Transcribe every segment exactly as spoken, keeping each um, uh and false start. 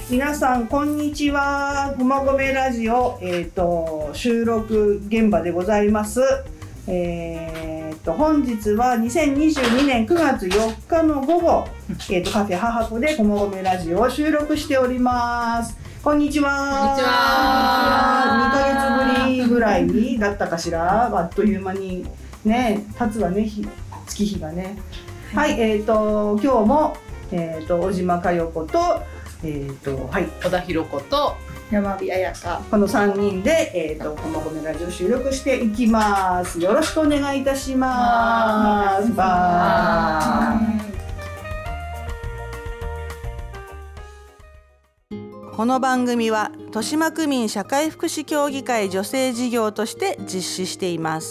皆さんこんにちは。ごまごめラジオ、えー、と収録現場でございます。えー、と本日はにせんにじゅうにねんくがつよっかの午後、えー、とカフェははこでごまごめラジオを収録しております。こんにちは。 こんにちは。 にかげつぶりぐらいだったかしら。あっという間にね経つわね、日月日がね。はい、えー、と今日も、えー、と小島佳代子とえーとはい、 小田博子と山火彩香、 このさんにんで、えーと、ごまごめラジオ収録していきます。よろしくお願いいたします。バー。この番組は豊島区民社会福祉協議会女性事業として実施しています。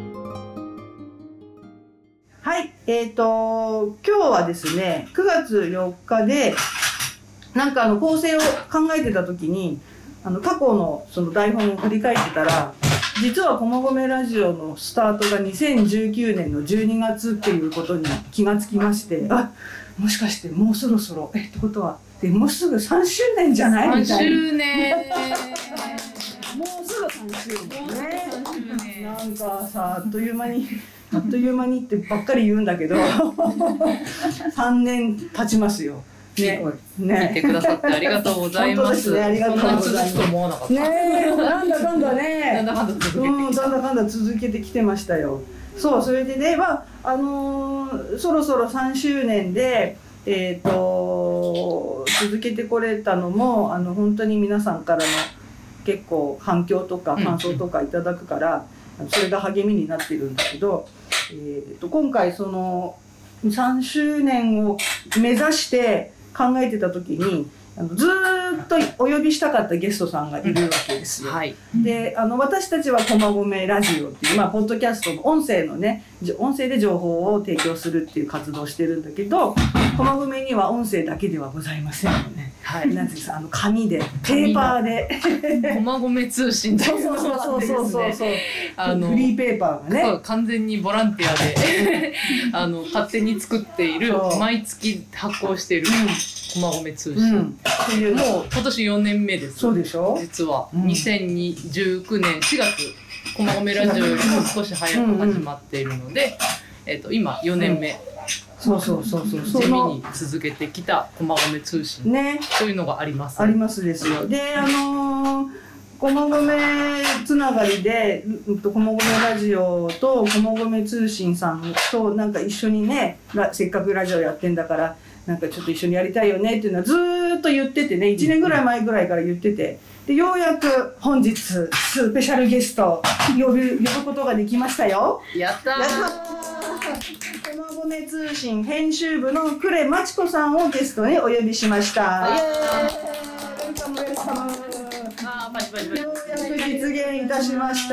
はい、えーと今日はですねくがつよっかでなんかあの構成を考えてた時にあの過去のその台本を振り返ってたら、実はごまごめラジオのスタートがにせんじゅうきゅうねんのじゅうにがつっていうことに気がつきまして、あ、もしかしてもうそろそろえってことはでもうすぐさんしゅうねんじゃないみたいな。 さんしゅうねんもうすぐさんしゅうねんね。なんかさ、あっという間にあっという間にってばっかり言うんだけどさんねん経ちますよ。ね、 ね、聞いてくださってありがとうございます。 本当ですね、ありがとうございます。 そんな続くと思わなかった。 ね、なんだかんだね、 なんだかんだ続けて、 うん、なんだかんだ続けてきてましたよ。そう、それでね、まああのー、そろそろさんしゅうねんで、えーと続けてこれたのもあの本当に皆さんからの結構反響とか感想とかいただくから、うん、それが励みになってるんだけど、えーと今回そのさんしゅうねんを目指して考えてた時にあのずーっとお呼びしたかったゲストさんがいるわけですよ。 はい、 であの私たちはごまごめラジオっていう、まあ、ポッドキャストの音声のね音声で情報を提供するっていう活動をしてるんだけど、ごまごめには音声だけではございませんよね。はい、なんていうかあの紙でペーパーでごまごめ通信というのがあってですね、あのフリーペーパーがね、 そう完全にボランティアであの勝手に作っている毎月発行しているごまごめ通信、うん、っていうもう今年よねんめです。 そうでしょ。 実は、うん、にせんじゅうきゅうねんしがつごまごめラジオよりも少し早く始まっているので、うんうんえー、と今よねんめ、うん、 そうそうそうそう地味に続けてきたごまごめ通信、ね、というのがあります、 ね、ありますですよ。であのーごまごめつながりでごまごめラジオとごまごめ通信さんとなんか一緒にね、せっかくラジオやってんだからなんかちょっと一緒にやりたいよねっていうのはずーっと言っててね、いちねんぐらい前ぐらいから言ってて、でようやく本日スペシャルゲスト呼ぶ呼ぶことができましたよ。 やったー。 やったー。ごまごめ通信編集部の呉真知子さんをゲストにお呼びしました。イエーイ。ウェルカムウェルカム。 あーパチパチパチ。 ようやく実現いたしました。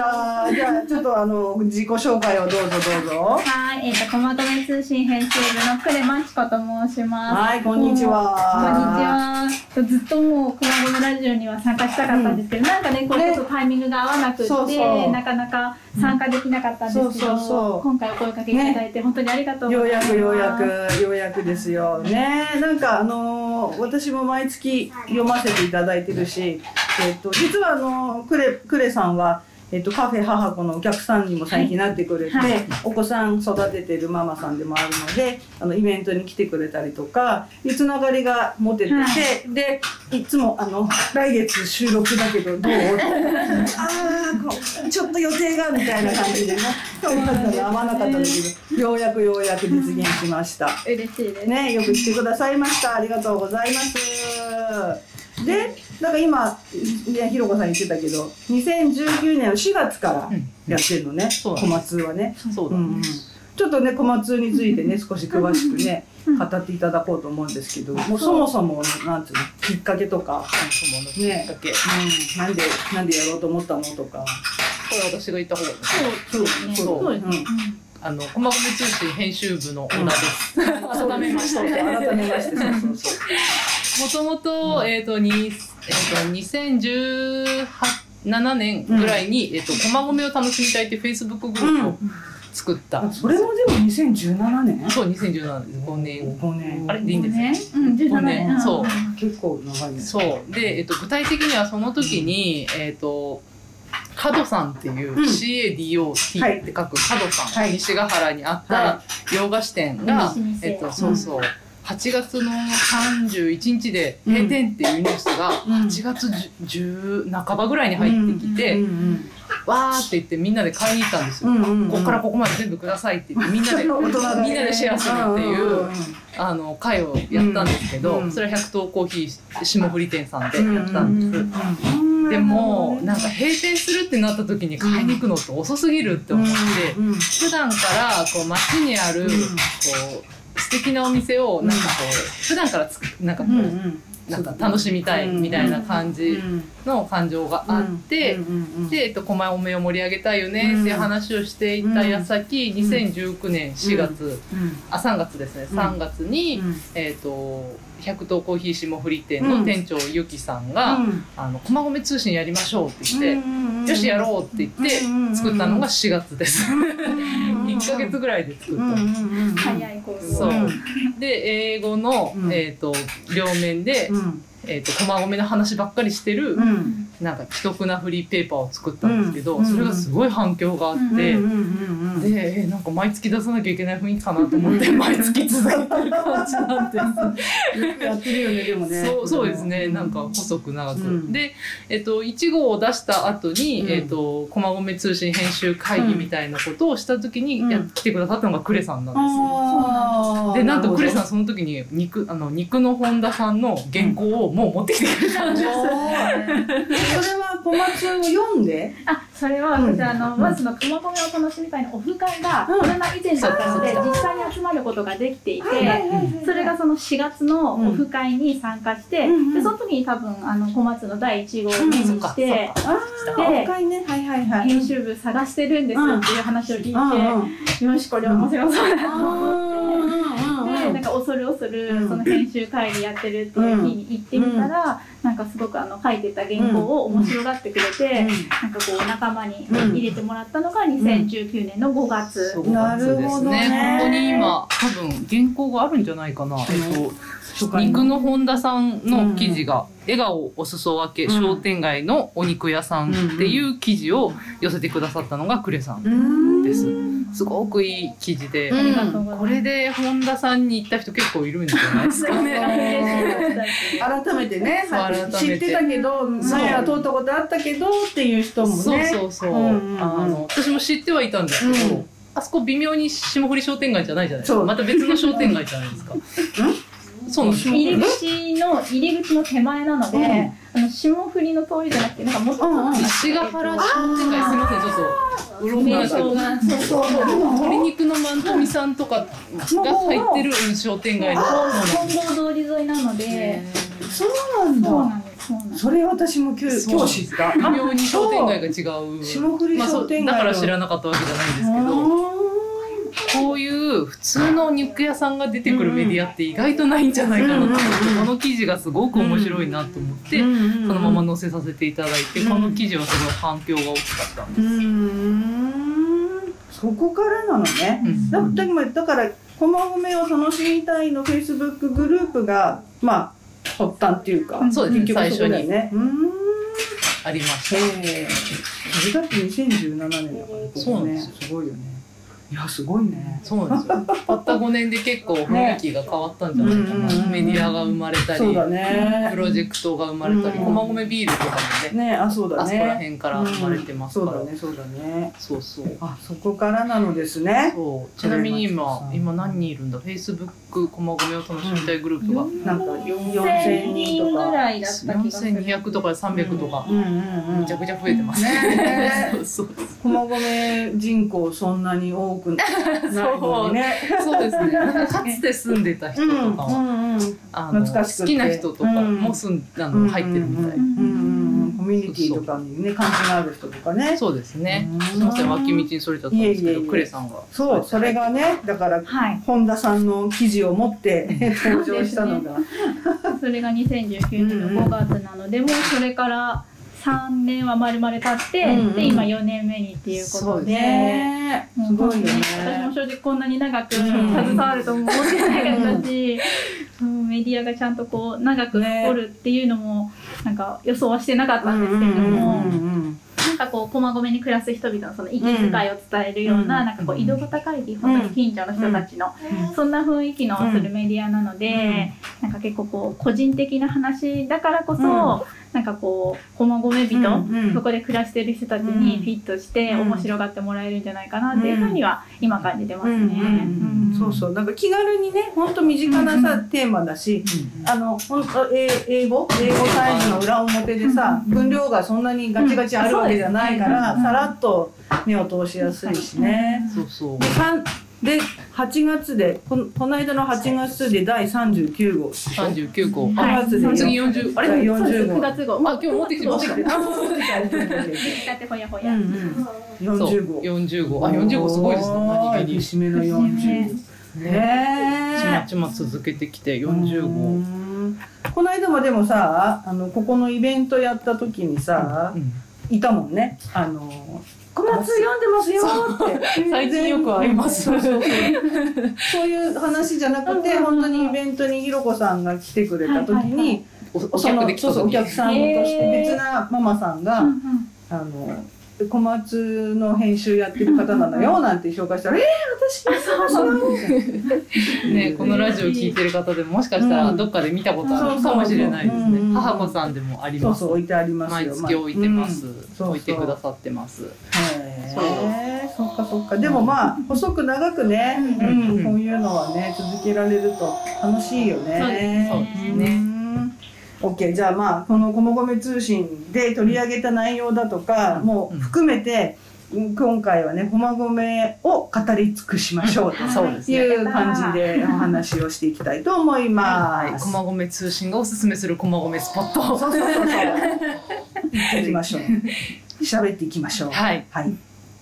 じゃあちょっとあの自己紹介をどうぞどうぞ。 はい、えっ、ー、とごまごめ通信編集部の呉真知子と申します。 はい、こんにちは。 こんにちは。ずっともうごまごめラジオには参加したかったんですけど、うん、なんかねこれちょっとタイミングが合わなくて、そうそうなかなか参加できなかったんですけど、うん、そうそうそう今回お声かけいただいて、ね、本当にありがとうございます。 ようやくようやくようやくですよね。なんかあのー、私も毎月読ませていただいてるし、えっと実はあのクレクレさんは。えっと、カフェははこのお客さんにも最近なってくれて、はいはい、お子さん育ててるママさんでもあるのであのイベントに来てくれたりとかいうつながりが持ててて、はい、でいつもあの来月収録だけどどうああちょっと予定がみたいな感じでね合わなかったんだけどようやくようやく実現しました。 嬉しいですね。よく来てくださいました。ありがとうございます。で、なんか今ひろこさん言ってたけどにせんじゅうきゅうねんのしがつからやってるのね、小松はね。 そうだね、うんうん、 ちょっとね小松についてね少し詳しくね語っていただこうと思うんですけど、もうそもそもなんていうのきっかけとか、 ね、きっかけ、 うん、なんでなんでやろうと思ったのとか。 これ私が言った方がいい。 そうそうそうですね。 あのごまごめ通信編集部の小田です。改めまして。 改めまして。そうそうそう。 もともとえっとにえっとにせんじゅうななねんぐらいに、うん、えっとごまごめを楽しみたいっていうフェイスブックグループを作った。 それもでもにせんじゅうななねん。 そう、にせんじゅうななです。ごねん。 ごねん。 あれでいいんですか？うん、じゅうななねん。 そう。 結構長いね。 そう。で、えっと、具体的にはその時に、えっと、角さんっていう シーエーディーオーティー って書く角さん、西ヶ原にあった洋菓子店が、えっと、そうそう。はちがつのさんじゅういちにちで閉店っていうニュースがはちがつじゅう半ばぐらいに入ってきて、わーって言ってみんなで買いに行ったんですよ。ここからここまで全部くださいって言ってみんなでみんなでシェアするっていうあの会をやったんですけど、それは百頭コーヒー霜降り店さんでやったんです。でもなんか閉店するってなった時に買いに行くのって遅すぎるって思って、普段からこう街にあるこう素敵なお店をなんかこう普段からつなんかこうなんか楽しみたいみたいな感じの感情があって、で、えっと、狛米を盛り上げたいよねっていう話をしていた矢先、にせんじゅうきゅうねんしがつ、あ、さんがつですね、さんがつに、えっと、百頭コーヒー霜降り店の店長ゆきさんが、あの、駒込通信やりましょうって言って、よしやろうって言って作ったのがしがつです。いっかげつぐらいで作ったんです。 早い頃。 そう。で、英語の、えっと、両面で、えっと、駒込の話ばっかりしてる、なんか既得なフリーペーパーを作ったんですけど、それがすごい反響があって、で、なんか毎月出さなきゃいけない雰囲気かなと思って、毎月続けてる感じなんです。 よくやってるよね、でもね。 そう、そうですね。なんか細く長く。で、えっと、いち号を出した後に、えっと、駒込通信編集会議みたいなことをした時に、やって来てくださったのがクレさんなんです。で、なんとクレさんその時に、肉、あの、肉の本田さんの原稿をもう持ってきてくれたんです。 それは小松を読んで？ あ、それは私、あの、まずの駒込を楽しみ会のオフ会がコロナ以前だったので、実際に集まることができていて、それがそのしがつのオフ会に参加して、で、その時に多分、あの、小松のだいいち号を目にして、で、編集部探してるんですよっていう話を聞いて、よし、これは面白そうだと思って、で、なんか恐る恐るその編集会議やってるっていう日に行ってみたら、なんかすごくあの書いてた原稿を面白がってくれて、なんかこう仲間に入れてもらったのがにせんじゅうきゅうねんのごがつ。 なるほどね。 本当に今多分原稿があるんじゃないかな。えっと肉の本田さんの記事が「笑顔お裾分け商店街のお肉屋さん」っていう記事を寄せてくださったのがクレさんです。すごくいい記事で、これで本田さんに行った人結構いるんじゃないですかね。 改めてね、知ってたけど、前は通ったことあったけどっていう人もね。 そうそうそう。あの私も知ってはいたんですけど、あそこ微妙に霜降り商店街じゃないじゃないですか。また別の商店街じゃないですか。そうなんです。 入り口の入り口の手前なので、あの霜降りの通りじゃなくて、なんかもっと西ヶ原商店街、すみません、ちょっとうろ覚えが。そうそう。鶏肉の万富さんとかが入ってる商店街の本郷通り沿いなので、 そうなんだ。 そうなんです。 それ私も今日今日知った。 微妙に商店街が違う。 霜降り商店街だから知らなかったわけじゃないんですけど。こういう普通の肉屋さんが出てくるメディアって意外とないんじゃないかなと思って、この記事がすごく面白いなと思って、そのまま載せさせていただいて、この記事はすごい反響が大きかったんです。うーん、そこからなのね。だ, だから駒込を楽しみたいのフェイスブックグループがまあ発端っていうか、 そうですね、最初にありました。 それだってにせんじゅうななねんだから、そうなんですよ。すごいよね。いや、すごいね。 そうなんですよ。たったごねんで結構雰囲気が変わったんじゃないかな。メディアが生まれたり、プロジェクトが生まれたり、駒込ビールとかもね、あそこら辺から生まれてますから。 そうだね、そうだね。 そうそう。 あ、そこからなのですね。 そう。ちなみに今、今何人いるんだ？ Facebook 駒込を楽しみたいグループが。 なんかよんせんにんとか。 ぐらいだった気がする。 よんせんにひゃくとかさんびゃくとか。めちゃくちゃ増えてますね。そうそう。 駒込人口そんなに多くないのにね。 そうですね。かつて住んでた人とかは、好きな人とかも住んあの入ってるみたい。 コミュニティとかにね、関心がある人とかね。 そうですね。すみません、脇道にそれちゃったんですけど、クレさんが。 そう、それがね、だから本田さんの記事を持って登場したのが。 それがにせんじゅうきゅうねんのごがつなので、もうそれからさんねんは丸々経って、うんうん、で今よねんめにっていうことで、 ね、すごいよね。 私も正直こんなに長く携わると思ってなかったし、うん、メディアがちゃんとこう長く残るっていうのもなんか予想はしてなかったんですけれども、なんかこう駒込に暮らす人々のその息遣いを伝えるような、うん、なんかこう井戸端会議、本当に近所の人たちの、うん、そんな雰囲気のするメディアなので、うん、なんか結構こう個人的な話だからこそ、うん、なんかこう駒込人、うんうん、そこで暮らしてる人たちにフィットして面白がってもらえるんじゃないかなっていうふうには今感じてますね。 そうそう、なんか気軽にね、本当身近なさ、うん、テーマだし、うん、あの本当英語英語サイズの裏表でさ、うん、分量がそんなにガチガチあるわけじゃないから、うん、さらっと目を通しやすいしね。 そうそう。 ではちがつでこのこの間のはちがつでだいさんじゅうきゅうごさんじゅうきゅうごはい、次よんじゅうあれよんじゅうごくがつごあ今日持ってきてましたね。 あ持ってきた持ってきた持ってきたってほやほや。 よんじゅうごよんじゅうごあよんじゅうごすごいですね。何気に節目のよんじゅうごねちまちま続けてきてよんじゅうご。 この間もでもさあのここのイベントやった時にさいたもんね。あの小松読んでますよって最近よく会います。 そうそうそうそういう話じゃなくて本当にイベントにひろこさんが来てくれた時にお客さんとして別なママさんが、うんうん、あの小松の編集やってる方なのよなんて紹介したら「えー、私そうそう」 ねこのラジオ聞いてる方でももしかしたらどっかで見たことあるかもしれないですね。母子さんでもあります。 そうそう置いてありますよ。 毎月置いてます。置いてくださってます。 そうそっかそっか。でもまあ細く長くね、うん、こういうのはね続けられると楽しいよね。 そうですね。 OK じゃあまあこの駒込通信で取り上げた内容だとかも含めて今回はね駒込を語り尽くしましょうという感じでお話をしていきたいと思います。 駒込通信がおすすめする駒込スポット。 そうそうそうそう。行っていきましょう。喋っていきましょう。 はい。 はい。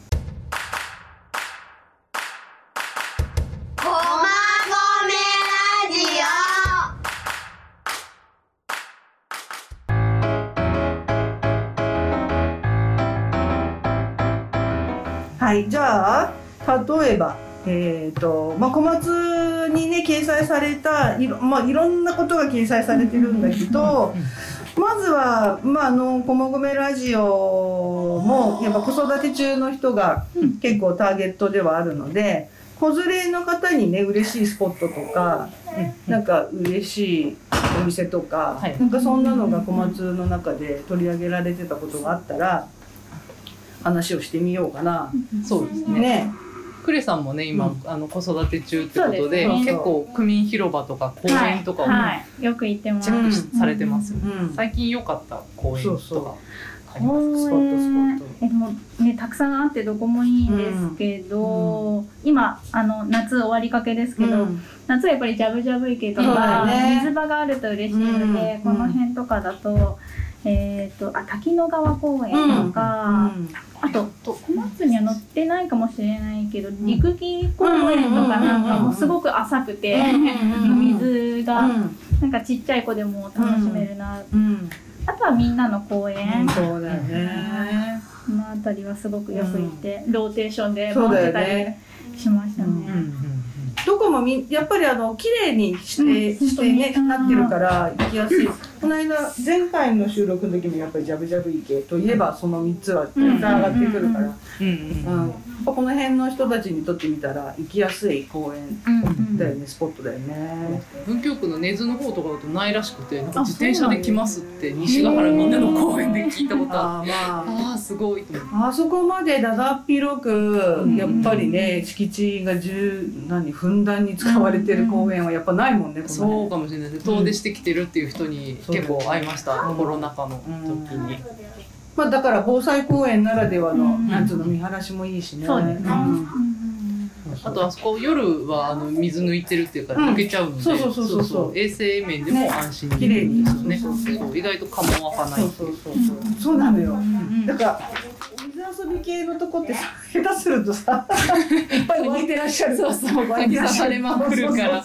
はい、じゃあ例えば、えーとまあ、小松にね掲載されたいろ、まあ、いろんなことが掲載されてるんだけどまずは、まあ、あの駒込ラジオもやっぱ子育て中の人が結構ターゲットではあるので子連れの方にね嬉しいスポットとかなんか嬉しいお店とか、はい、なんかそんなのが小松の中で取り上げられてたことがあったら話をしてみようかな。 そうですね。 ねクレさんもね今、うん、あの子育て中ってことで、ね、結構区民広場とか公園とかを、ねはいはい、よく行ってます。 チェックされてますよ、 うんうん。最近良かった公園とか。そうそう公園でもねたくさんあってどこもいいんですけど、うん、今あの夏終わりかけですけど、うん、夏はやっぱりジャブジャブ池とか、ね、水場があると嬉しいので、うん、この辺とかだと。えー、とあ滝野川公園とか、うんうん、あと小松には載ってないかもしれないけど、うん、陸木公園とかなんかもすごく浅くて、うん、水がなんかちっちゃい子でも楽しめるな、うん、あとはみんなの公園、 うん、そうだよね、 この辺りはすごくよく行って、うん、ローテーションで回ってたりしましたね。 どこもみやっぱりあの綺麗にして、うん、してねなってるから行きやすい。この間前回の収録の時もやっぱりジャブジャブ池といえばそのみっつは絶対上がってくるから、この辺の人たちにとってみたら行きやすい公園だよね、スポットだよね。 文京区の根津の方とかだとないらしくて、なんか自転車で来ますって西ヶ原みんなの公園で聞いたことあって、あ、まあ、あすごいと思って。 あそこまでだだっ広くやっぱりね敷地が十何ふんだんに使われてる公園はやっぱないもんね。 そうかもしれないです。遠出してきてるっていう人に結構会いました、コロナ禍の時に。 まあだから防災公園ならではのなんつうの見晴らしもいいしね。 あとあそこ夜はあの水抜いてるっていうか抜けちゃうので、そうそうそうそう衛生面でも安心できるんですよね。そう意外と蚊も湧かない。そうそうそうそうなのよ。だから水遊び系のとこって下手するとさいっぱい湧いてらっしゃる。 そうそう湧いてらっしゃれまくるから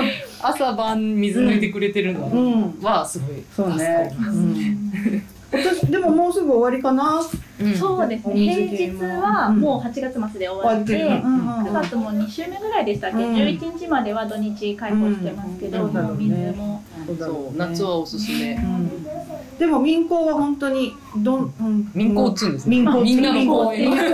朝晩水抜いてくれてるのはすごい助かりますね。 今年でももうすぐ終わりかな。 そうですね。平日はもうはちがつ末で終わって、くがつもに週目ぐらいでしたっけ、じゅういちにちまでは土日開放してますけど、もう水も。 そう、夏はおすすめ。 でも民放は本当にどん、 民放っつうんですね。 民放、 みんなの公園。 民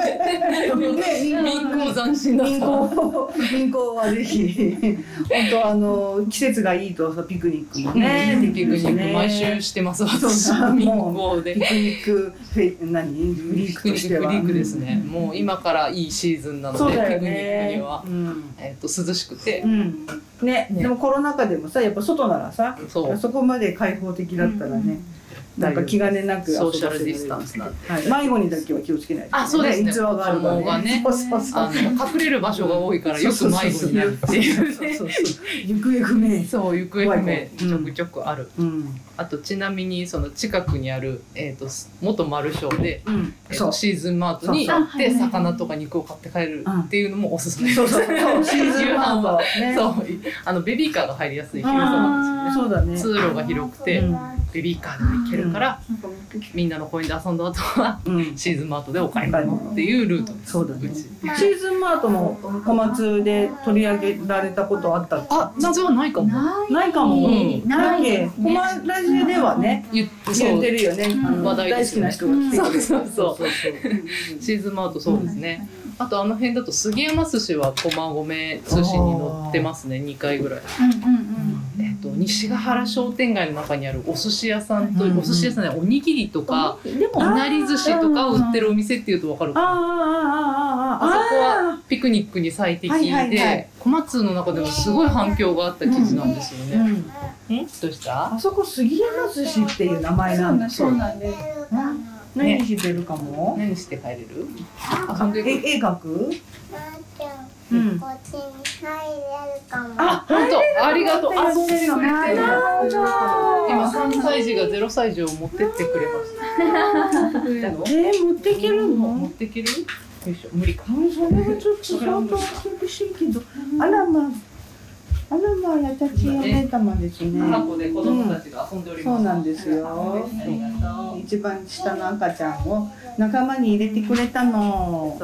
放斬新だった。 民放、民放はぜひ、本当あの季節がいいとピクニックもね、 ピクニック毎週してます。私民放で。 ピクニックフェ何フリークとしては。 フリークですね。もう今からいいシーズンなのでピクニックにはえっと涼しくて。 ね、でもコロナ禍でもさ、やっぱ外ならさ、そこまで開放的だったらね。なんか気兼ねなくソーシャルディスタンスなんで、 迷子にだけは気をつけないと。 あ、そうですね。 逸話があるからね。 隠れる場所が多いからよく迷子になるっていう。 行方不明。 そう、行方不明ちょくちょくある。あとちなみにその近くにあるえっと元マルショーでシーズンマートに行って魚とか肉を買って帰るっていうのもおすすめです。 そうそう。シーズンマート。 そう、あのベビーカーが入りやすい広さなんですよね。 そうだね。 通路が広くて。ベビーカーでも行けるから、みんなの公園で遊んだ後はシーズンマートでお買い物っていうルートです。 そうだね。シーズンマートも小松で取り上げられたことあったっけ？ あ、実はないかも。 ないかも。だっけ？小松ラジオではね言ってるよね。 話題大好きな人が来てくれる。 そうそうそう。シーズンマートそうですね。あとあの辺だと杉山寿司は駒込寿司に乗ってますね、にかいぐらい。えっと西ヶ原商店街の中にあるお寿司屋さんと、お寿司屋さんでおにぎりとかいなり寿司とかを売ってるお店っていうとわかるかな。あそこはピクニックに最適で、小松の中でもすごい反響があった記事なんですよね。ん？どうした？ あそこ杉山寿司っていう名前なんだ。 そうなんです。 何してるかも？ 何して帰れる？ え、絵描く？ うん。こっちに入れるかも。 あ、本当。ありがとう。遊んでるの。今さんさい児がゼロさい児を持ってってくれました。 え、持っていけるの？ 持っていける？よいしょ。無理か。 それはちょっと相当厳しいけど。あらま。あらまあ、やたちお姉様ですね。 過去で子供たちが遊んでおります。 そうなんですよ。一番下の赤ちゃんを仲間に入れてくれたの。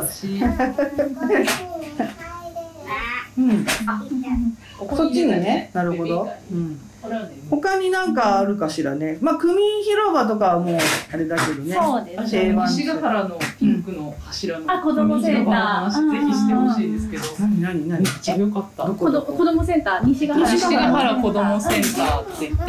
うん。そっちにね。なるほど。うん。他になんかあるかしらね。まあ区民広場とかはもうあれだけどね。 そうです。 西ヶ原のピンクの柱の。 あ、子供センター。 ぜひしてほしいですけど。 何何何。 めっちゃ良かった。 子供センター西ヶ原。 西ヶ原子供センターって言って。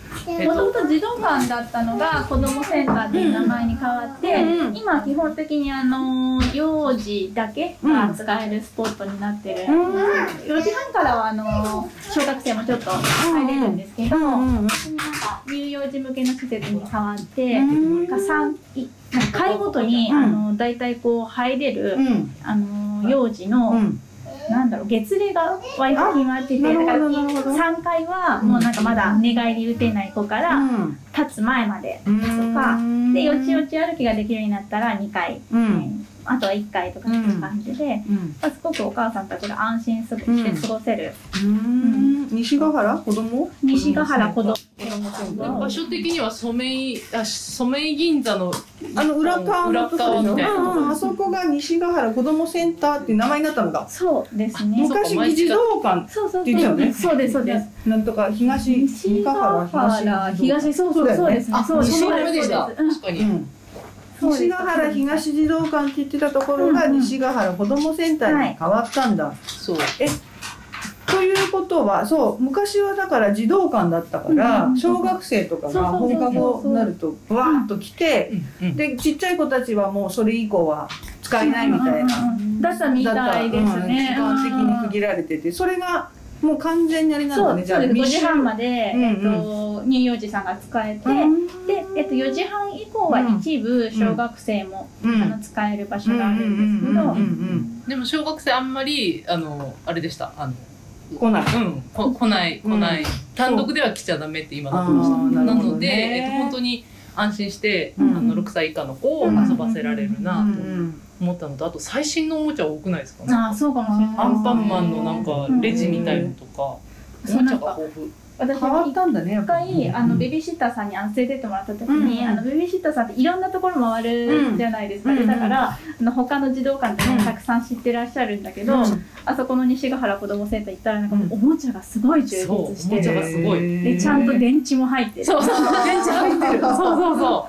もともと児童館だったのが子どもセンターっていう名前に変わって、うん、今基本的にあの幼児だけが使えるスポットになってる、うん、よじはんからはあの小学生もちょっと入れるんですけど、うん、なんか乳幼児向けの施設に変わって、うん、階ごとに、うん、あのだいたいこう入れる、うん、あの幼児の、うんなんだろう月齢が割と決まってて、だからさんかいはもうなんかまだ寝返り打てない子から立つ前までとかでよちよち歩きができるようになったらにかい、うん、あとはいっかいとかっていう感じで、うんまあ、すごくお母さんたちが安心して過ごせる。 西ヶ原子供西ヶ原子供場所的には染井あ染井銀座のあの裏側のところみたいな、あそこが西ヶ原子どもセンターっていう名前になったのがそうですね。 昔議事堂館って言ってたよね。 そうですそうです。 なんとか東西ヶ原東そうそうそうですね。そうですそうでした。確かに。 西ヶ原東児童館って言ってたところが西ヶ原子どもセンターに変わったんだ。 そう。 えということはそう昔はだから児童館だったから小学生とかが放課後になるとブワーッと来てでちっちゃい子たちはもうそれ以降は使えないみたいなだったみたいですね。 時間的に区切られててそれがもう完全にあれなんだね。 じゃあごじはんまでえっと乳幼児さんが使えてでえっとよじはん以降は一部小学生もあの使える場所があるんですけどでも小学生あんまりあのあれでしたあの来ない。 うん、こ来ない来ない、うん、単独では来ちゃダメって今なってました。なので、えっと本当に安心して、うん、あのろくさい以下の子を遊ばせられるなと思ったのと、あと最新のおもちゃ多くないですかね。 あ、そうかもしれない。 アンパンマンのなんかレジみたいのとか、おもちゃが豊富。 私変わったんだね。 一回あのベビーシッターさんにあの連れてってもらった時に、あのベビーシッターさんっていろんなところ回るじゃないですか。でだからあの他の児童館でもたくさん知ってらっしゃるんだけど、あそこの西ヶ原子どもセンター行ったらなんかもうおもちゃがすごい充実してる。 おもちゃがすごい。 でちゃんと電池も入ってる。 そうそう電池入ってる。そうそうそう。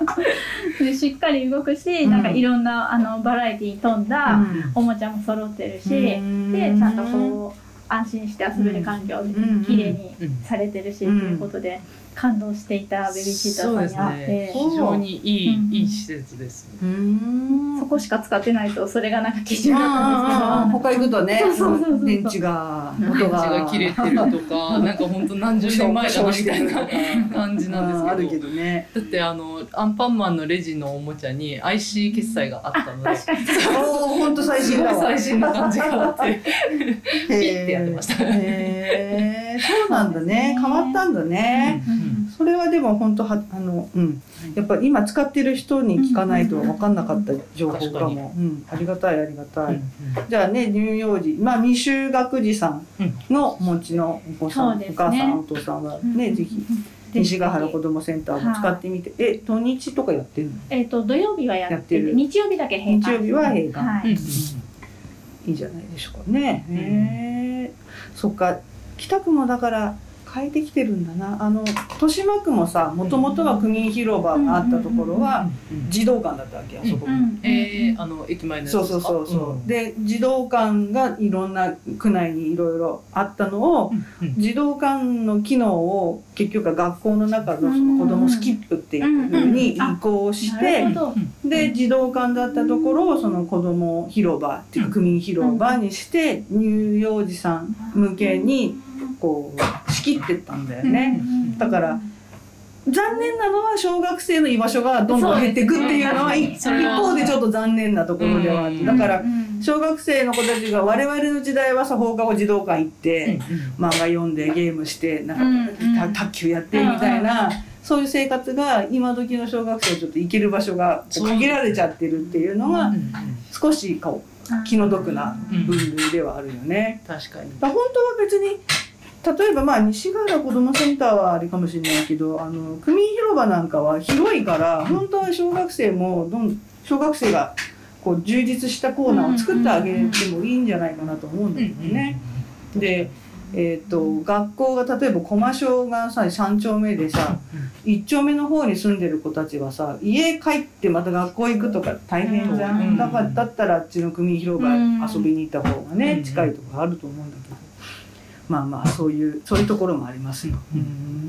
でしっかり動くし、なんかいろんなあのバラエティに富んだおもちゃも揃ってるし、でちゃんとこう。安心して遊べる環境で綺麗にされてるしということで感動していたベビーシッターさんにあって、 非常にいいいい施設です。 そこしか使ってないとそれがなんか基準だったんですけど、 他行くとね電池が音が切れてるとかなんか本当何十年前だなみたいな感じなんですけど、だってあのアンパンマンのレジのおもちゃに アイシー 決済があったので、 確かに本当最新だわ。 最新な感じがあってピッてやってました。 へえ、そうなんだね。変わったんだね。それはでも本当はあのうんやっぱ今使ってる人に聞かないと分かんなかった情報かも。うん、ありがたいありがたい。じゃあね乳幼児まあ未就学児さんのお持ちのお子さん、お母さんお父さんはねぜひ西ヶ原子どもセンターも使ってみて、え土日とかやってるの？ えっと土曜日はやってる。日曜日だけ閉館。 日曜日は閉館。いいじゃないでしょうかね。へえ、そっか北区もだから変えてきてるんだな。あの豊島区もさもともとは区民広場があったところは児童館だったわけあそこも。 えあの駅前のやつそうそうそうそう。で児童館がいろんな区内にいろいろあったのを児童館の機能を結局は学校の中のその子どもスキップっていうふうに移行してで児童館だったところをその子ども広場っていうか区民広場にして乳幼児さん向けにこう仕切ってったんだよね。だから残念なのは小学生の居場所がどんどん減っていくっていうのは一方でちょっと残念なところではあって、だから小学生の子たちが我々の時代はさ放課後児童館行って漫画読んでゲームしてなんか卓球やってみたいなそういう生活が今時の小学生はちょっと行ける場所が限られちゃってるっていうのが少しこう気の毒な分類ではあるよね。 確かに。 本当は別に例えばまあ西ヶ原子どもセンターはあれかもしれないけどあの区民広場なんかは広いから本当は小学生もどん小学生がこう充実したコーナーを作ってあげてもいいんじゃないかなと思うんだけどね。で、えー、と学校が例えば駒小がささん丁目でさいっ丁目の方に住んでる子たちはさ家帰ってまた学校行くとか大変じゃん。だからだったらあっちの区民広場遊びに行った方がね近いとこあると思うんだけど。まあまあそういうそういうところもありますよ。うん、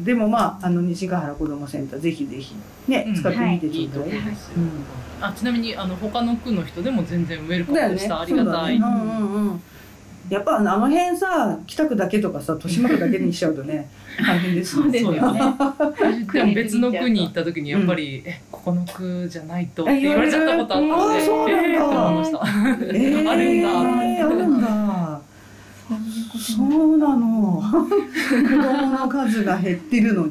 でもまああの西ヶ原子どもセンターぜひぜひね使ってみてちょうだい。 あちなみにあの他の区の人でも全然ウェルカムでした。ありがたい。 やっぱあの辺さ北区だけとかさ豊島区だけにしちゃうとね大変ですよね。そうですよね。 でも別の区に行った時にやっぱりえここの区じゃないとって言われちゃったことあったので、 あそうなんだ。 えーって思いました。あるんだ。 あるんだ。そうなの。子供の数が減ってるのに。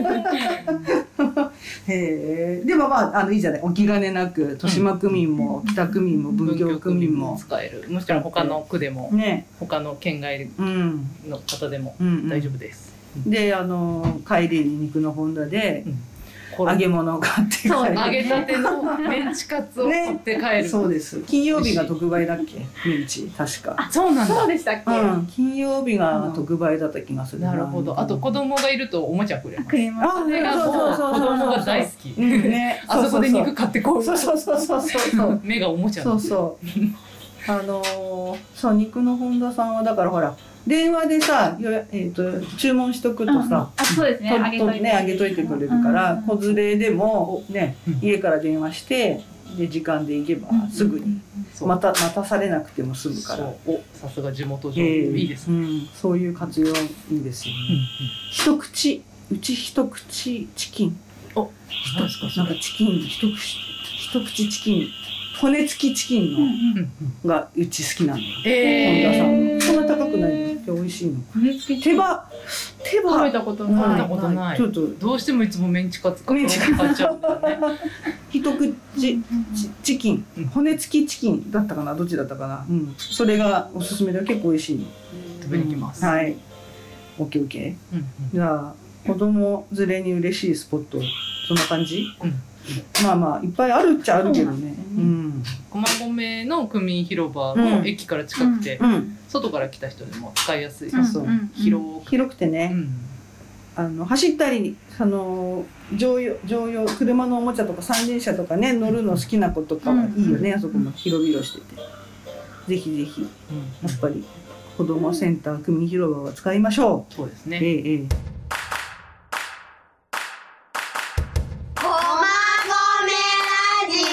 へえ。でもまああのいいじゃない。お気兼ねなく豊島区民も北区民も文京区民も使える。もちろん他の区でも、ね、他の県外の方でも大丈夫です。 であの帰りに肉の本田で。揚げ物を買って帰る。 揚げたてのメンチカツを買って帰る。 そうです。金曜日が特売だっけ？メンチ確か。 あ、そうなんだ。そうでしたっけ？ うん。金曜日が特売だった気がする。 なるほど。あと子供がいるとおもちゃくれます。 くれます。 あ、それがもう子供が大好き。ね。あそこで肉買ってこう。 そうそうそうそうそう。 目がおもちゃ。 そうそう。あのそう肉の本田さんはだからほら。電話でさ、えー、と注文しとくとさ、 あそうですね、 あげといて、ね、あげといてくれるから、子連れでも、ね、家から電話してで時間で行けばすぐにまた待たされなくても済むから。 おさすが地元情報、いいですね、 うん、そういう活用いいですよね。一口うち一口チキン。 おなんかチキン一口一口チキン。骨付きチキンのがうち好きなの。本田さん。そんな高くないの。美味しいの。 骨付き手羽手羽食べたことない。 食べたことない。 ちょっとどうしてもいつもメンチカツ買っちゃうんだよね。 一口チキン骨付きチキンだったかなどっちだったかな。うん。それがおすすめで結構美味しいの。 食べに行きます。 はい。 オッケーオッケー。 うんじゃあ子供連れに嬉しいスポットそんな感じ？ うんまあまあいっぱいあるっちゃあるけどね。うん。 駒込の区民広場も駅から近くて、 うん外から来た人でも使いやすい、 うんそう広く、 広くてね、 うんあの走ったりあの乗用乗用車のおもちゃとか三輪車とかね乗るの好きな子とかはいいよね、あそこも広々してて。ぜひぜひやっぱり子どもセンター区民広場は使いましょう。 そうですね。 ええええ。 こまごめラジ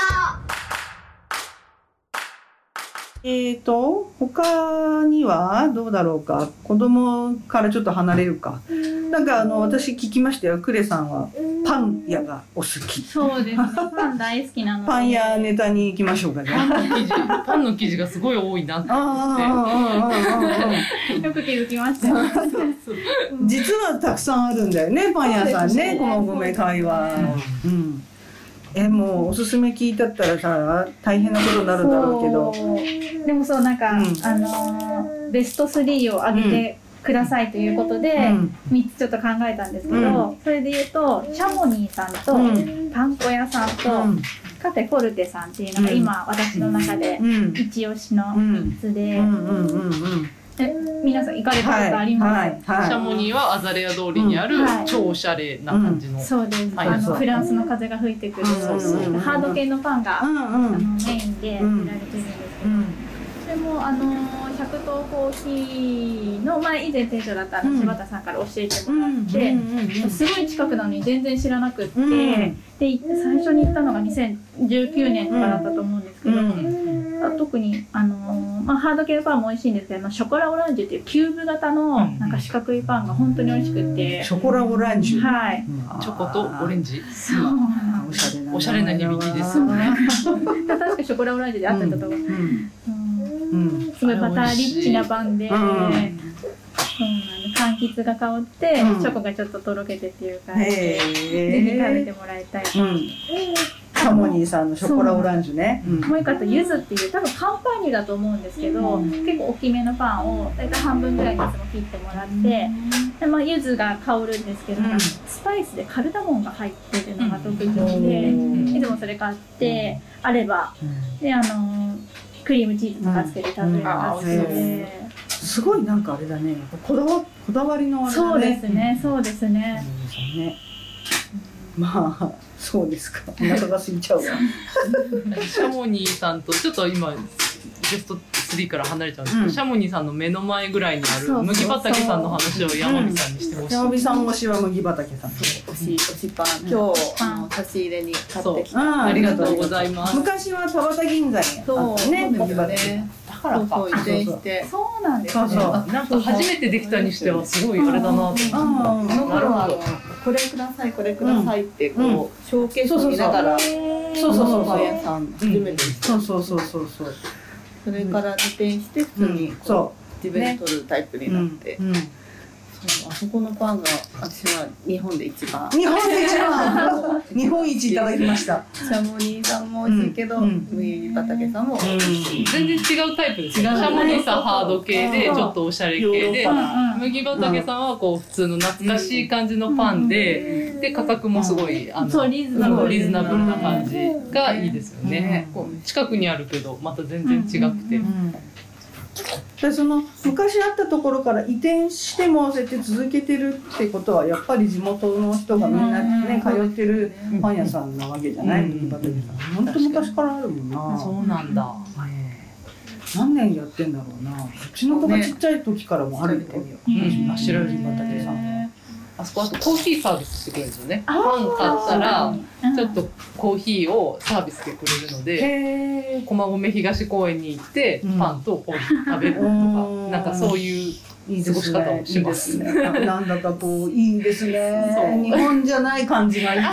オ。 えーと他にはどうだろうか。子供からちょっと離れるか。なんかあの私聞きましたよ。クレさんはパン屋がお好き。 そうですね。パン大好きなので。 パン屋ネタに行きましょうかじゃあ。 パンの生地、パンの生地がすごい多いなって思って。 ああああああよく気づきましたよ。 実はたくさんあるんだよね、パン屋さんね、このお米会は。うん。え、もうおすすめ聞いたったらさ、大変なことになるんだろうけど。 でもそうなんか、 うんあのーベストスリーを上げてくださいということで、 うんみっつちょっと考えたんですけど、 うそれで言うとシャモニーさんと、 うんパン粉屋さんと、 うんカフェフォルテさんっていうのが今、私の中でうん一押しのみっつで、 うんうんうんうん。 え皆さん行かれたことあります？ はいはいシャモニーはアザレア通りにあるうんはい超おしゃれな感じの。 そうです。 はいあそうのフランスの風が吹いてくる、 そうそうハード系のパンが、 うんあのうんメインで売られてるんですけど、 うんそれもあの百糖コーヒーの前以前店長だったあのうん柴田さんから教えてうんもらって、 うんすごい近くなのに全然知らなくって、 うんで行って最初に行ったのがにせんじゅうきゅうねんとかだったと思うんですけど、 うん特にあのまあハード系のパンも美味しいんですけど、ショコラオランジュっていうキューブ型のなんか四角いパンが本当に美味しくって、 ショコラオランジュ。 はい。 チョコとオレンジ。 そうおしゃれな。 おしゃれな響きですよね。 確かショコラオランジュであってたと思う。 うんうんうんすごいバターリッチなパンで、 うんそうなの柑橘が香って、 うんチョコがちょっととろけてっていう感じで、 へぜひ食べえて。もらいたい。 うん。シャモニーさんのショコラオランジュね。うんもう一個あと柚子っていう多分カンパーニュだと思うんですけど、 うん結構大きめのパンを大体半分ぐらいにいつも切ってもらって、でまあ柚子が香るんですけど、 うんスパイスでカルダモンが入ってるのが特徴うんで、 うんいつもそれ買って、あればであのークリームチーズとかつけて食べるのが好きで、 すごいなんかあれだね。こだわこだわりのあれだね。 そうですね、そうですね。 そうね。まあそうですか。お腹が空いちゃうわ。 シャモニーさんとちょっと今ゲストスリーから離れちゃうんですけど、 うんシャモニーさんの目の前ぐらいにあるそうそうそう麦畑さんの話を山美さんにしてほしい。 山美さん推しは麦畑さん。 推し推しパン今日あの差し入れに買ってきた。 あありがとうございます。 昔は田端銀座にあそうったね。 そうですよね。 だからか。 そうそう移転して。 そうなんですね。 そうそう。 なんか初めてできたにしてはすごいあれだなと思って。 ああの頃はあのなるほこれくださいこれくださいってこう、 うんショーケース見ながらそうそうそうパン屋さん初めてした。 そうそうそうそうそう。 それから移転して普通にこうそ自分で取るタイプにう。 なって、 うん。 そうあそこのパンが私は日本で一番。 日本で一番日本一いただきました。 シャモニーさんも美味しいけど、 うん麦畑さんも美味しい。 全然違うタイプですよ。シ違うャモニーさんハード系でちょっとおしゃれ系でヨーロッパ、 麦畑さんはこう普通の懐かしい感じのパンで、で価格もすごいあのそうリーズナブルリーズナブルな感じがいいですよね。 うんこう近くにあるけどまた全然違くて。 でその昔あったところから移転してもそうやって続けてるってことはやっぱり地元の人がみんなね通ってるパン屋さんなわけじゃない、麦畑さん。本当昔からあるもんな。 そうなんだ。 何年やってんだろうな。うちの子がちっちゃい時からもあるよ。 うん、あ白い麦畑さん。 あそこあとコーヒーサービスしてくれるんですよね。パン買ったらちょっとコーヒーをサービスでくれるので、 へー。 駒込東公園に行ってうんパンとコーヒー食べるとか、 うんなんかそういういい過ごし方をしますいいですね。ななんだかこういいですねそう。 日本じゃない感じがいい。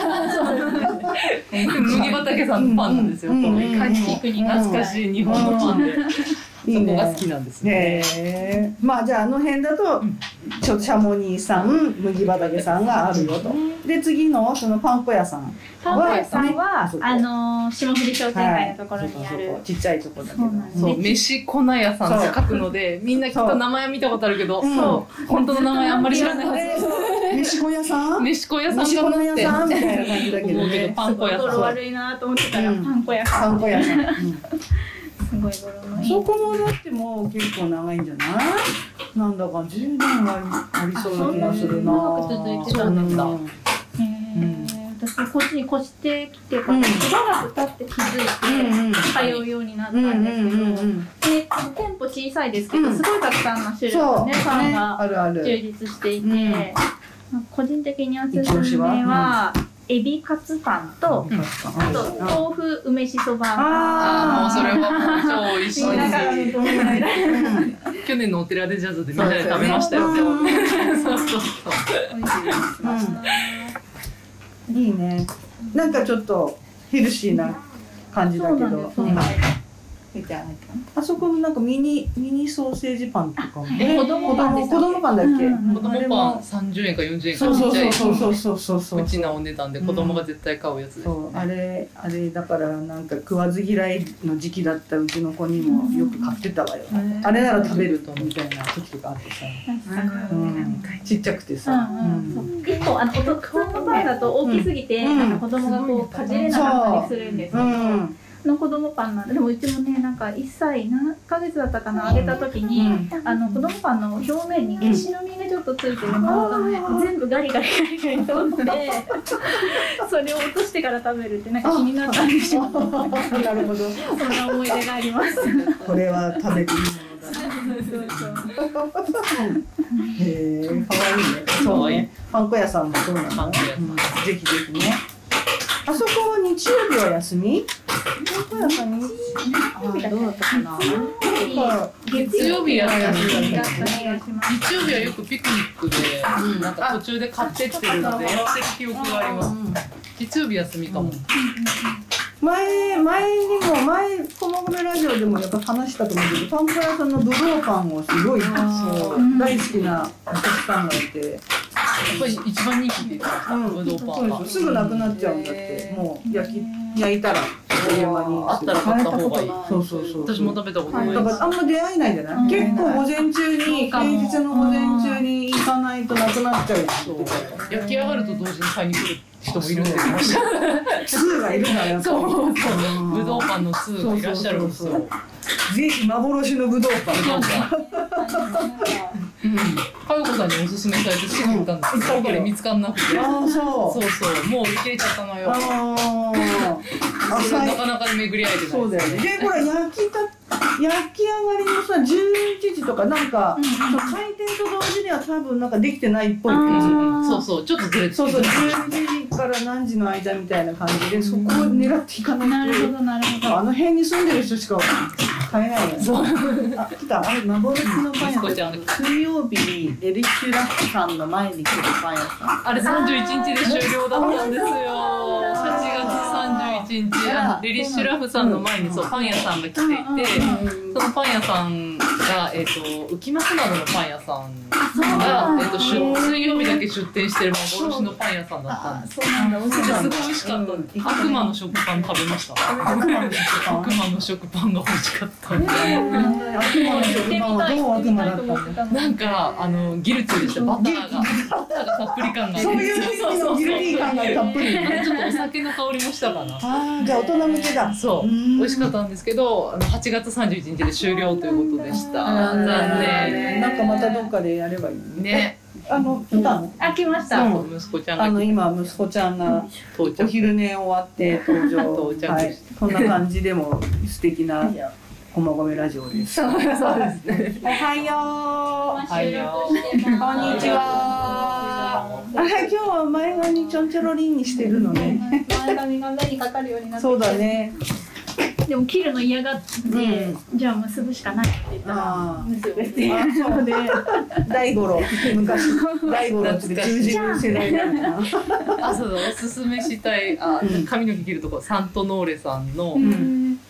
麦畑さんのパンなんですよ。 うんこううん懐かしい国が懐かしい日本のパンで。 いいね。 そこが好きなんですね。 へえ。まあじゃああの辺だとちょっとシャモニーさん、麦畑さんがあるよと。で次のそのパン粉屋さん。 パン粉屋さんは、 ね、 あのー、霜降り商店街のところにある、はい、 ちっちゃいところだけど、 そう飯粉屋さんって書くのでみんなきっと名前見たことあるけど、そう本当の名前あんまり知らないはず。飯粉屋さん？ 飯粉屋さんかなって。 飯粉屋さんみたいな感じだけどね。 パン粉屋さん。 語呂悪いなと思ってたら、パン粉屋さん。 パン粉屋さん。 すごい語呂のいい。 そこもだってもう結構長いんじゃない？なんだかじゅうねんはありそうな気がするな。 長く続いてたんだ。私こっちに越してきてからしばらく経って気づいて通うようになったんですけど、で店舗小さいですけどすごいたくさんの種類のねパンが充実していて、個人的におすすめはエビカツパンとあと豆腐梅しそば。 ああもうそれはもう超美味しい。去年のお寺でジャズでみんなで食べましたよ。そうそうそう。美味しいです。 いいね。なんかちょっとヘルシーな感じだけど。あそこのなんかミニミニソーセージパンとかもね。 子供パンです。 子供パンだっけ？ 子供パン三十円か四十円かちっちゃい。そうそうそうそうそう。 うちなお値段で子供が絶対買うやつです。 そうあれあれだからなんか食わず嫌いの時期だったうちの子にもよく買ってたわよ。あれなら食べるとみたいな時とかあってさ。ちっちゃくてさ。 結構あのお父さんのパンだと大きすぎてなんか子供がこうかじれなかったりするんですけど。の子供パンなんで、でもうちもねなんかいっさい何ヶ月だったかなあげた時に、うん、あの子供パンの表面に消しの実がちょっとついてるのが、うん、全部ガリガリガリガリとってそれを落としてから食べるってなんか気になったんでしょ。なるほど。そんな思い出があります。 これは食べていいものだ。そうそうへえ、可愛いね。そうね。パン粉屋さんもそうなの。ぜひぜひね。あそこは日曜日は休み？パン粉屋さんにどうだったかな。 月曜日やったんですよ。日曜日はよくピクニックで、なんか途中で買ってってるのでやってる記憶があります。月曜日休みかも。 前前にも前この米ラジオでもやっぱ話したと思うけど、パン粉屋さんのぶどうパンをすごい大好きなお客さんがいて。 やっぱり一番人気で、ぶどうパンがすぐなくなっちゃうんだって、もう焼き焼いたらあっという間にあったら買った方がいい。 そうそうそう。 私も食べたことない。 だからあんま出会えないんじゃない？結構午前中に平日の午前中に行かないとなくなっちゃう。 焼き上がると同時に買いに来る人もいるんですよ。 通がいるからやっぱり。 そうそう。ぶどうパンの通がいらっしゃるんですよ。 ぜひ幻のぶどうパン。 ぶどうパン。うん。かよこさんにおすすめされてすぐ行ったんですけど、やっぱり見つかんなくて。 ああそう。 そうそう。もう売り切れちゃったのよ。ああ。 それなかなか巡り合えてない。 そうだよね。でこれ焼きた焼き上がりのさじゅういちじとかなんか開店と同時には多分なんかできてないっぽい。 そうそう。ちょっとずれて。 そうそう。じゅうにじから何時の間みたいな感じでそこを狙っていかないと。 なるほどなるほど。 あの辺に住んでる人しか買えないよね。そう。あ来た。あれ幻のパン屋さん。水曜日にエリッシュラフさんの前に来るパン屋さん。 あれさんじゅういちにちで終了だったんですよ。はちがつさんじゅういちにちレリッシュラフさんの前にそうパン屋さんが来ていて、そのパン屋さんがえっと浮松などのパン屋さんがえっと水曜日だけ出店してる幻のパン屋さんだったんです。そうなんだ。すごい美味しかった。悪魔の食パン食べました。悪魔の食パン。悪魔の食パンが美味しかった。 悪魔の食パンはどう悪魔だったの？ なんかあのギルティーでした。バターがバターがたっぷり感が。 そういう意味のギルティー感がたっぷり。 ちょっとお酒の香りもしたかな。 ああじゃあ大人向けだ。 そう美味しかったんですけど、あのはちがつさんじゅういちにちで終了ということでした。残念。 なんかまたどっかでやればいいね。 あの来たの？ あ来ました。 息子ちゃんが。 あの今息子ちゃんがお昼寝終わって登場。はい。こんな感じでも素敵な駒込ラジオです。 そうですね。 おはよう。おはよう。 こんにちは。あ今日は前髪ちょんちょろりんにしてるのね。 前髪が目にかかるようになって。 そうだね。 でも切るの嫌がって、うん、じゃあ結ぶしかないって言ったら結べて、 あそうで大五郎昔大五郎って十字の世代なんだな。 あそうだおすすめしたいあ、うん、髪の毛切るとこサントノーレさんの、 うん、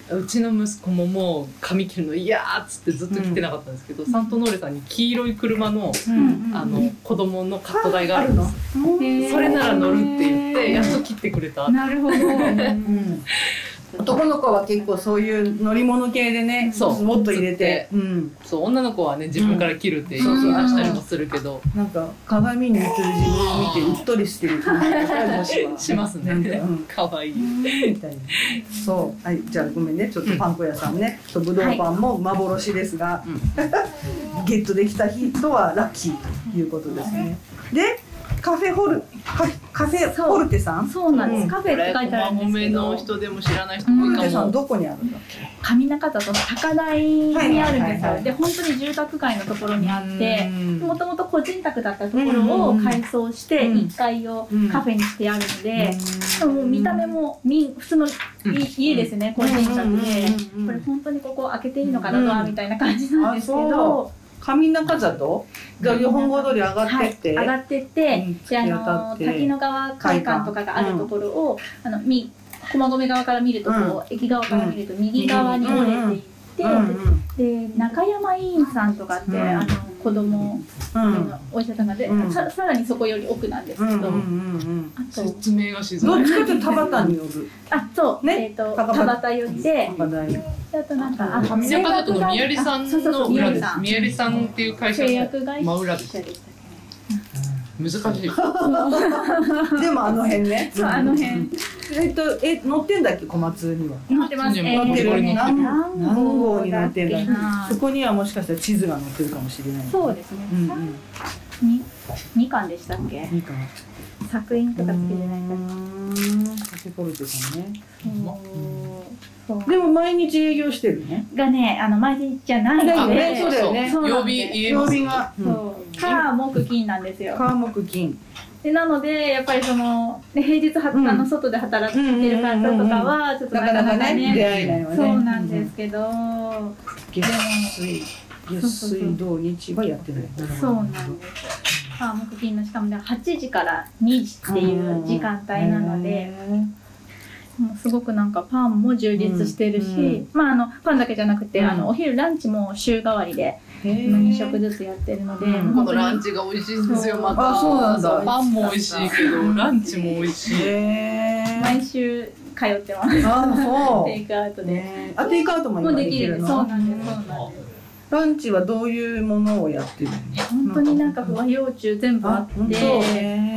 うちの息子ももう髪切るの嫌っつってずっと切ってなかったんですけど、うん、サントノーレさんに黄色い車の、うん、あの子供のカット台があるんです、うん、それなら乗るって言ってやっと切ってくれた。 なるほど、 うん男の子は結構そういう乗り物系でね、そうもっと入れて、 うん、そう女の子はね自分から切るって言い出したりもするけど、 なんか鏡に映る自分を見てうっとりしてる感じがしますね。可愛いみたいな。 そう、はい、じゃあごめんね、ちょっとパン粉屋さんね、とぶどうパンも幻ですが、ゲットできた人はラッキーということですね。で。カフェホルカカフェホルテさん、 そうなんです。カフェって書いてあるんですけど、 の人でも知らない人もいるかも。 ホルテさんどこにあるんだっけ？ 上中里と高台にあるんですよ。で本当に住宅街のところにあって、もともと個人宅だったところを改装していっかいをカフェにしてあるので、もう見た目もみ普通の家ですね、個人宅で、これ本当にここ開けていいのかなドアみたいな感じなんですけど。 上中里が本郷通り上がってって、 はい、上がってって、うん、であの滝野川会館とかがあるところを、うん、あのみ駒込側から見るとこう、うん、駅側から見ると右側に折れていって、うん、で, で中山医院さんとかって、うん、あの子供のお医者さんがで、うん、さ, さらにそこより奥なんですけど、うんうんうん、あと説明がしづらい。どっちかというと田端による。 あ、そう、ね、えっ、ー、と田端寄りで。あとなんか、 上中里の宮里さんの裏です。宮里さんっていう会社の真裏です。難しい。 でもあの辺ね。 そう、あの辺。 えっと、え、乗ってんだっけ、小松には。 乗ってます。 乗ってる。何号に乗ってんだっけ。そこにはもしかしたら地図が載ってるかもしれない。 そうですね。に、二巻でしたっけ。二巻。作品とかつけてないから。 カフェポルテさんね。でも毎日営業してるね。 がね、あの毎日じゃないので、 そうだよね。 曜日、 曜日が、 火木金なんですよ。 火木金。 でなのでやっぱりその平日はあの外で働いてる方とかはちょっとなかなかね出会えないわね。 そうなんですけど、 月水月水土日はやってない。 そうなんです。火木金のしかもはちじからにじっていう時間帯なので。もうすごくなんかパンも充実してるし、うんうん、まああのパンだけじゃなくて、うん、あのお昼ランチも週替わりでに食ずつやってるので、 うん、このランチが美味しいんですよ。また。あ、そうなんだ。パンも美味しいけどランチも美味しい。 毎週通ってます。あ、そう。テイクアウトで。 あ、テイクアウトも今できるの？ そうなんです。そうなんです。 ランチはどういうものをやってるの？ 本当になんか和洋中全部あって、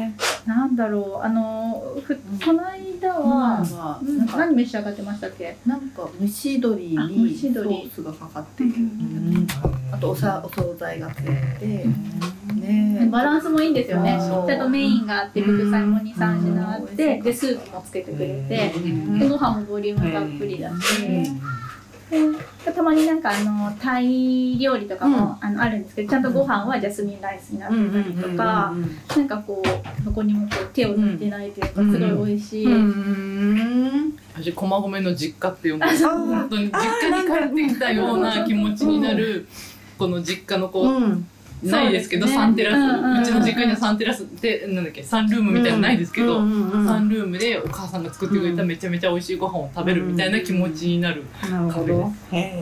なんだろう、あのふこの間は何召し上がってましたっけ？ なんか蒸し鶏にソースがかかってる。あとおさお惣菜がついて、 ね、バランスもいいんですよね。ちゃんとメインがあって副菜もに、さん品あって、でスープもつけてくれて、でご飯もボリュームたっぷりだし。でたまになんかあのタイ料理とかも、うん、あのあるんですけど、ちゃんとご飯はジャスミンライスになってたりとか、なんかこうどこにもこう手を抜いてないというか、すごい美味しい。 私駒込の実家って呼んで、本当に実家に帰ってきたような気持ちになるこの実家のこう。うんないですけど、サンテラス、うちの実家にはサンテラスってなんだっけ、サンルームみたいなのないですけど、サンルームでお母さんが作ってくれためちゃめちゃ美味しいご飯を食べるみたいな気持ちになるカフェです。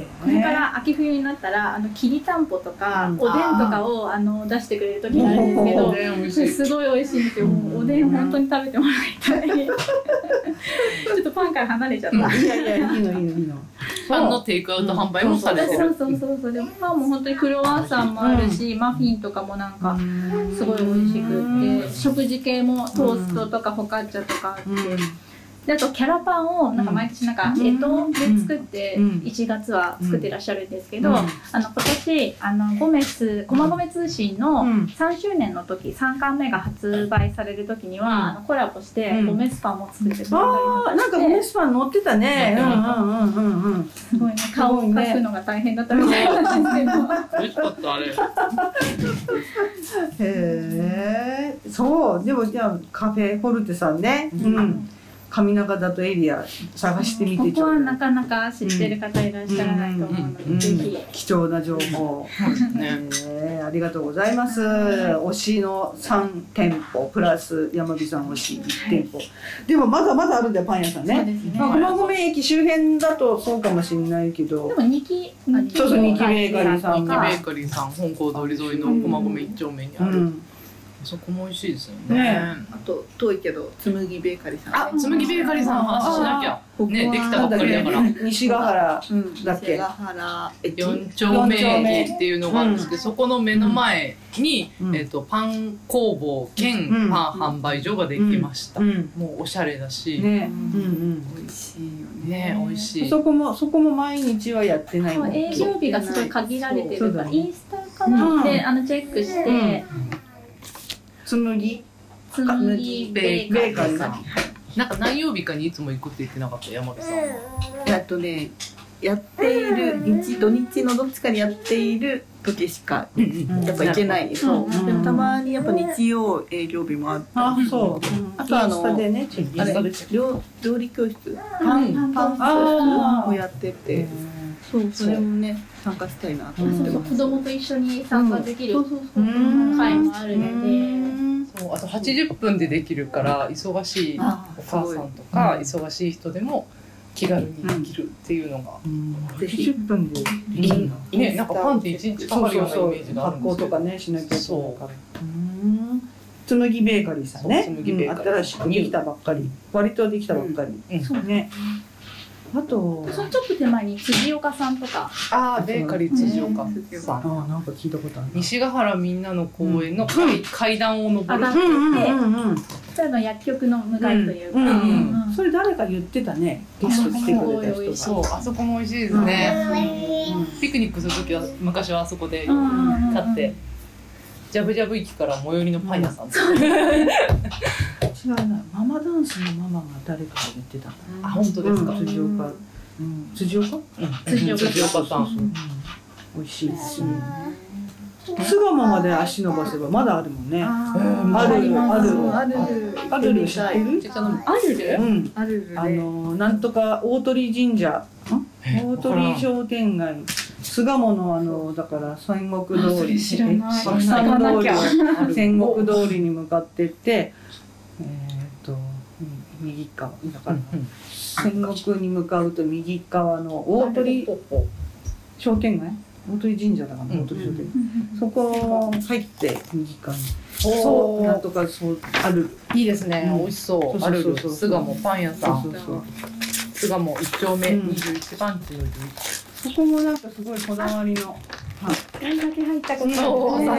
これから秋冬になったらあのきりたんぽとかおでんとかをあの出してくれる時があるんですけど、すごい美味しいんですよ。おでん本当に食べてもらいたい。ちょっとパンから離れちゃった。 いやいやいいのいいのいいの。 パンのテイクアウト販売もされてる。 そうそうそうそう。でもパンも本当にクロワッサンもあるし、マフィンとかもなんかすごい美味しくって、食事系もトーストとかフォカッチャとかあって、であとキャラパンをなんか毎年なんか干支で作っていちがつは作ってらっしゃるんですけど、あの今年あのゴメス駒込通信のさんしゅうねんの時さんかんめが発売される時にはあのコラボしてゴメスパンも作ってくれたりとかして、 なんかゴメスパン載ってたね。うんうんうんうんうん。 すごいね、顔を描くのが大変だったみたいなんですけど。 美味しかったあれ。 へえ、そうでもじゃあカフェフォルテさんね。うん。 上中里エリア探してみてここはなかなか知ってる方いらっしゃらないと思うので、ぜひ貴重な情報、えー、ありがとうございます。推しのさんてんぽプラス山火さん推しいってんぽでもまだまだあるんだよパン屋さんね。 そうですね、 まあ、駒込駅周辺だとそうかもしれないけど、 でもニキそうそうニキベーカリーさんニキベーカリーさん本校通り沿いの駒込一丁目にある、うん、そこも美味しいですよね。ね、 あと遠いけど紬ベーカリーさん、 あ、紬ベーカリーさんの話しなきゃね、できたばっかりだから。 西ヶ原だっけ、 四丁目駅っていうのがあるんですけど、そこの目の前に、えっとパン工房兼パン販売所ができました。もうおしゃれだし、 ね、美味しいよね、美味しい。 そこもそこも毎日はやってない。 営業日がすごい限られてるから、インスタかなであのチェックして。 紬紬ベーカリーさん、 なんか何曜日かにいつも行くって言ってなかった山口さんは。 えっとね、やっている日土日のどっちかにやっている時しかやっぱ行けない。そう。でもたまにやっぱ日曜営業日もあって、 あ、そう。あとあのあれ料料理教室、パンパン教室をやってて、そうそれもね参加したいなと思ってます。 子供と一緒に参加できる会もあるので。 そう、あとはちじゅっぷんでできるから忙しいお母さんとか忙しい人でも気軽にできるっていうのが、 はちじゅっぷんでいいな。 ね、なんかパンっていちにちかかるようなイメージがあるんですよ。 発酵とかねしなきゃいけないから。紬ベーカリーさんね。新しくできたばっかり。割とできたばっかり。そうね。あとそのちょっと手前に辻岡さんとか、 ああベーカリー辻岡さん、 ああなんか聞いたことある。 西ヶ原みんなの公園の階段を上る上がってて、じゃあの薬局の向かいというか、 それ誰か言ってたね。ゲスト来てくれた人が。 そう、あそこも美味しいですね。ピクニックするときは昔はあそこで立ってジャブジャブ駅から最寄りのパン屋さん。 違うな、ママダンスのママが誰かが言ってた。 あ、本当ですか。 辻岡、辻岡、 辻岡さん、 美味しいですし。巣鴨まで足伸ばせばまだあるもんね。あるあるあるある知ってる？ ある？ うん。あのなんとか大鳥神社、大鳥商店街。巣鴨のあのだから戦国通り、白山通りを戦国通りに向かってって、えっと右側だから戦国に向かうと右側の大鳥商店街、大鳥神社だから大鳥商店街、そこ入って右側にそうなんとかそうある。 いいですね、美味しそう。ある巣鴨パン屋さん、巣鴨一丁目にじゅういち番地のじゅういち。 そこもなんかすごいこだわりの、はい、 これだけ入ったことない。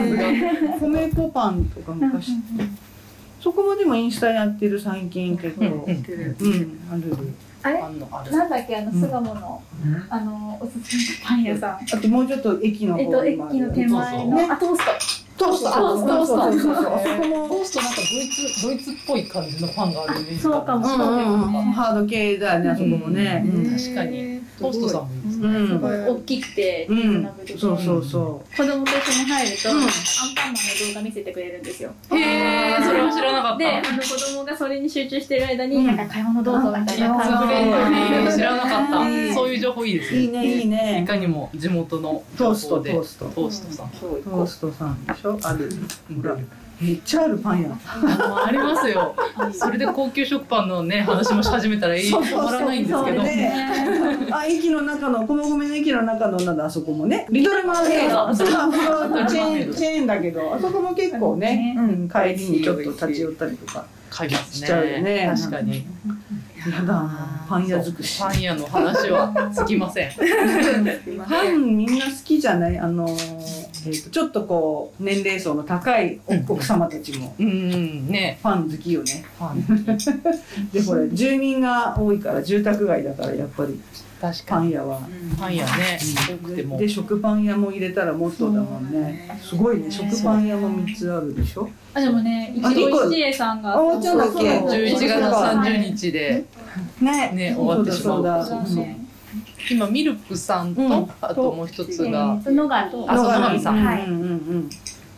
米粉パンとか昔、そこもでもインスタやってる最近結構、うん、ある。 あれ、なんだっけあの巣鴨のあのおすすめのパン屋さん。 あともうちょっと駅の方にもある。えっと駅の手前のあトースト。 トースト、トースト、トースト、トースト、あそこもトーストなんかドイツドイツっぽい感じのパンがあるイメージ。 そうかもしれない。 ハード系だねあそこもね。 確かに。トーストさんもいいですね。 すごい大きくてリーズナブルで、 そうそうそう。 子供と一緒に入るとアンパンマンの動画見せてくれるんですよ。 へえ、それは知らなかった。 で、あの子供がそれに集中してる間になんか買い物どうぞみたいな感じで。 知らなかった。そういう情報いいですね。 いいねいいね。 いかにも地元のトーストトーストトーストさん。 トーストさんでしょ。ある。めっちゃあるパン屋。 ありますよ。それで高級食パンのね話もし始めたら止まらないんですけど。 あ、駅の中の駒込の駅の中のなんだあそこもね。リトルマーメイド。そうそうチェーンチェーンだけどあそこも結構ね、帰りにちょっと立ち寄ったりとかしちゃうよね。 確かに。 やだパン屋尽くし。 パン屋の話は尽きません。 パンみんな好きじゃない？あのえー、とちょっとこう年齢層の高い奥様たちも、 うんうんね、 パン好きよね。パンでこれ住民が多いから住宅街だからやっぱりパン屋は、 うん、パン屋ね、 うん、で, で食パン屋も入れたらもっとだもんね。すごいね、食パン屋もみっつあるでしょ。 あでもね、一度一会さんが終わっちゃうんだっけ？ じゅういちがつさんじゅうにちでねね終わってしまう。今ミルクさんと、あともう一つが野上あ、そう野上さん。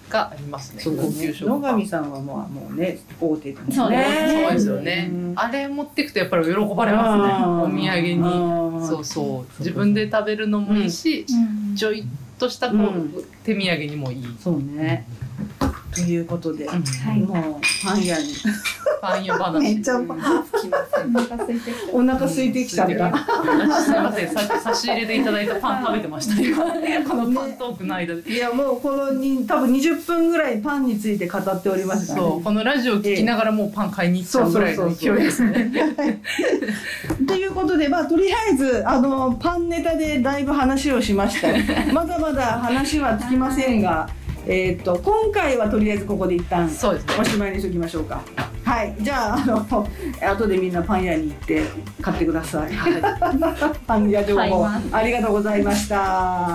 がありますね。 そう高級食パン。 野上さんはもうもうね大手ですね。 そうですねそうですよね。あれ持ってくとやっぱり喜ばれますね。お土産に。そうそう。自分で食べるのもいいし、ちょいっとしたこう手土産にもいい。 そうね。ということで、 はいもうパン屋にパン屋話。 めっちゃお腹空いてきた。 お腹空いてきちゃった。 すみません、さっき差し入れでいただいたパン食べてましたね。このパントークの間で。 いやもうこのに多分にじゅっぷんぐらいパンについて語っておりますからね。 そう、このラジオ聞きながらもうパン買いに行っちゃうぐらいの勢いですね。 ということで、まあとりあえずあのパンネタでだいぶ話をしました。まだまだ話はつきませんが、えっと今回はとりあえずここで一旦そうですね。 おしまいにしときましょうか。はい、じゃああの後でみんなパン屋に行って買ってください。パン屋情報ありがとうございました。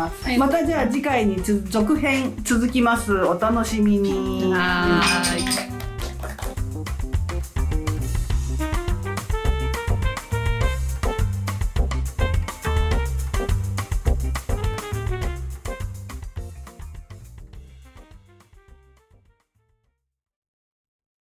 またじゃあ次回につ続編続きます。お楽しみに。 はーい。